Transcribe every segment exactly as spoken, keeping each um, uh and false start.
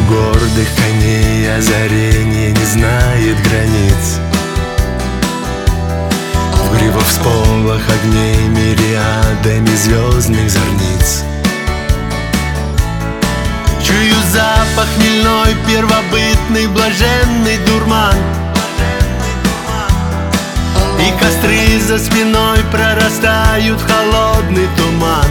гордых коней озарение не знает границ. В гривах всполох огней мириадами звездных зорниц. Чую запах хмельной, первобытный, блаженный дурман. И костры за спиной прорастают в холодный туман.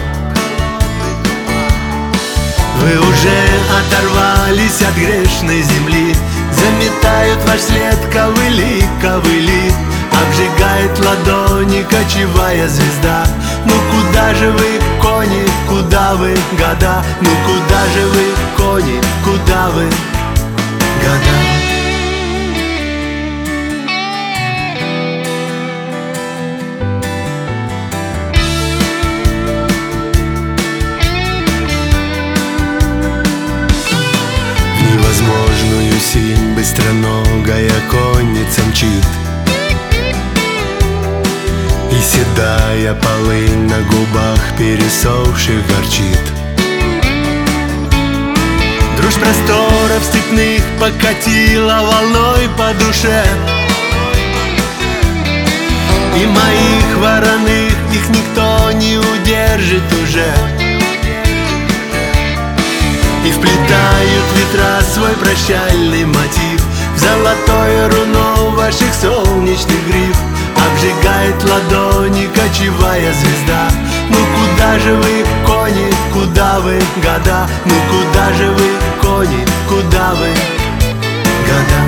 Вы уже оторвались от грешной земли, заметают ваш след ковыли, ковыли. Обжигает ладони кочевая звезда. Ну куда же вы, кони, куда вы, года? Ну куда же вы, кони, куда вы, года? Невозможную синь быстроногая конница мчит, и седая полынь на губах пересохших горчит. Дрожь просторов степных покатила волной по душе, и моих вороных их никто не удержит уже. И вплетают ветра свой прощальный мотив в золотое руно ваших солнечных гриф. Обжигает ладони кочевая звезда. Ну куда же вы, кони, куда вы, года? Ну куда же вы, кони, куда вы, года?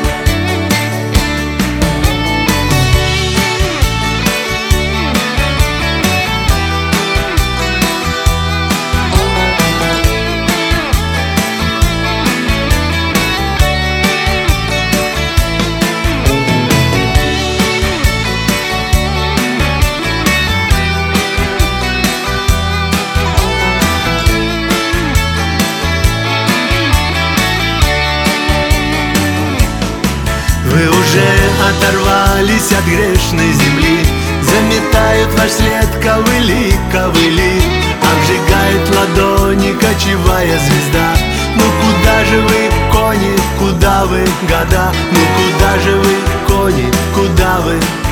Вы уже оторвались от грешной земли, заметают ваш след ковыли, ковыли. Обжигает ладони кочевая звезда. Ну куда же вы, кони, куда вы, года? Ну куда же вы, кони, куда вы,